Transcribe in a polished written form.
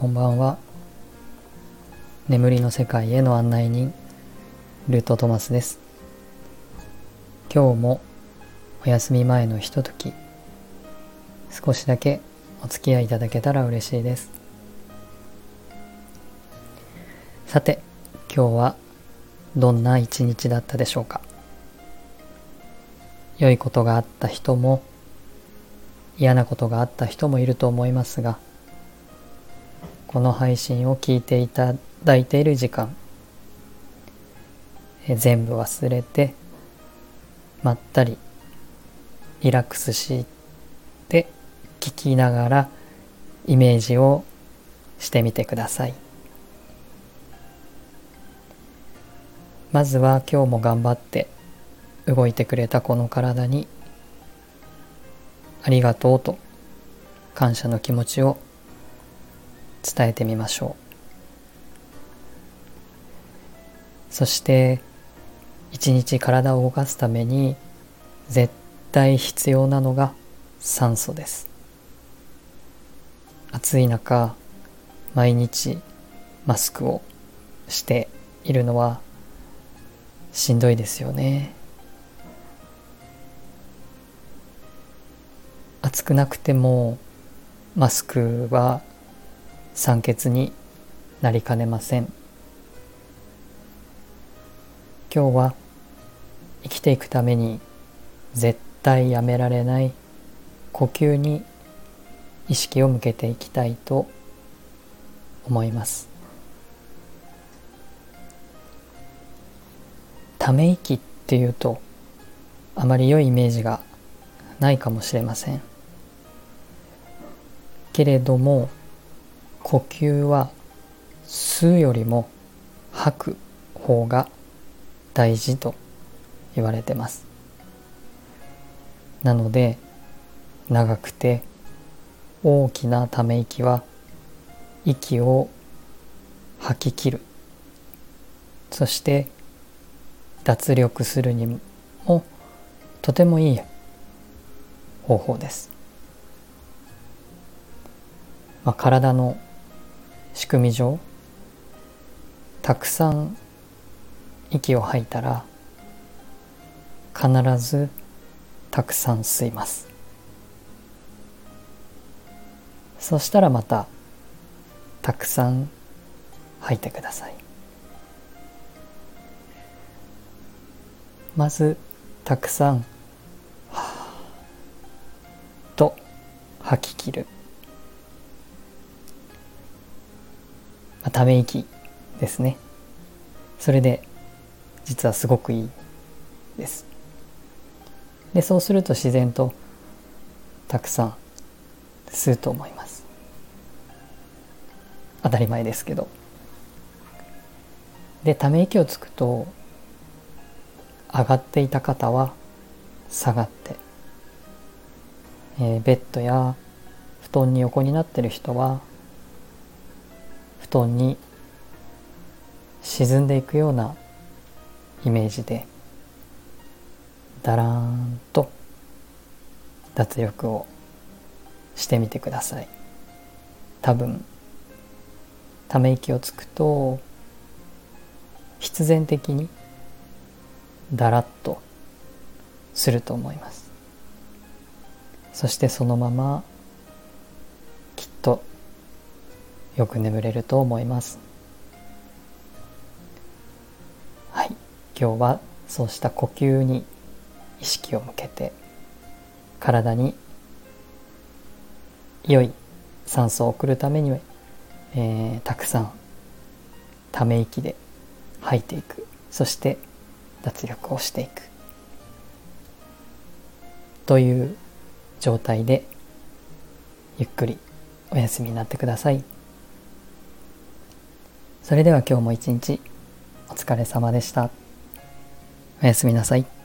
こんばんは。眠りの世界への案内人ルートトマスです。今日もお休み前のひととき、少しだけお付き合いいただけたら嬉しいです。さて、今日はどんな一日だったでしょうか。良いことがあった人も嫌なことがあった人もいると思いますが、この配信を聞いていただいている時間、全部忘れてまったりリラックスして聞きながらイメージをしてみてください。まずは今日も頑張って動いてくれたこの体にありがとうと感謝の気持ちを伝えてみましょう。そして一日体を動かすために絶対必要なのが酸素です。暑い中毎日マスクをしているのはしんどいですよね。暑くなくてもマスクは酸欠になりかねません。今日は生きていくために絶対やめられない呼吸に意識を向けていきたいと思います。ため息っていうとあまり良いイメージがないかもしれませんけれども、呼吸は吸うよりも吐く方が大事と言われてます。なので長くて大きなため息は息を吐き切る、そして脱力するにもとてもいい方法です。体の仕組み上、たくさん息を吐いたら必ずたくさん吸います。そしたらまたたくさん吐いてください。まずたくさんと吐き切る、ため息ですね。それで実はすごくいいです。で、そうすると自然とたくさん吸うと思います。当たり前ですけど。で、ため息をつくと上がっていた肩は下がって、ベッドや布団に横になっている人は布団に沈んでいくようなイメージでだらーんと脱力をしてみてください。多分ため息をつくと必然的にだらっとすると思います。そしてそのままきっとよく眠れると思います。はい、今日はそうした呼吸に意識を向けて体に良い酸素を送るためには、たくさんため息で吐いていく、そして脱力をしていくという状態でゆっくりお休みになってください。それでは今日も一日お疲れ様でした。おやすみなさい。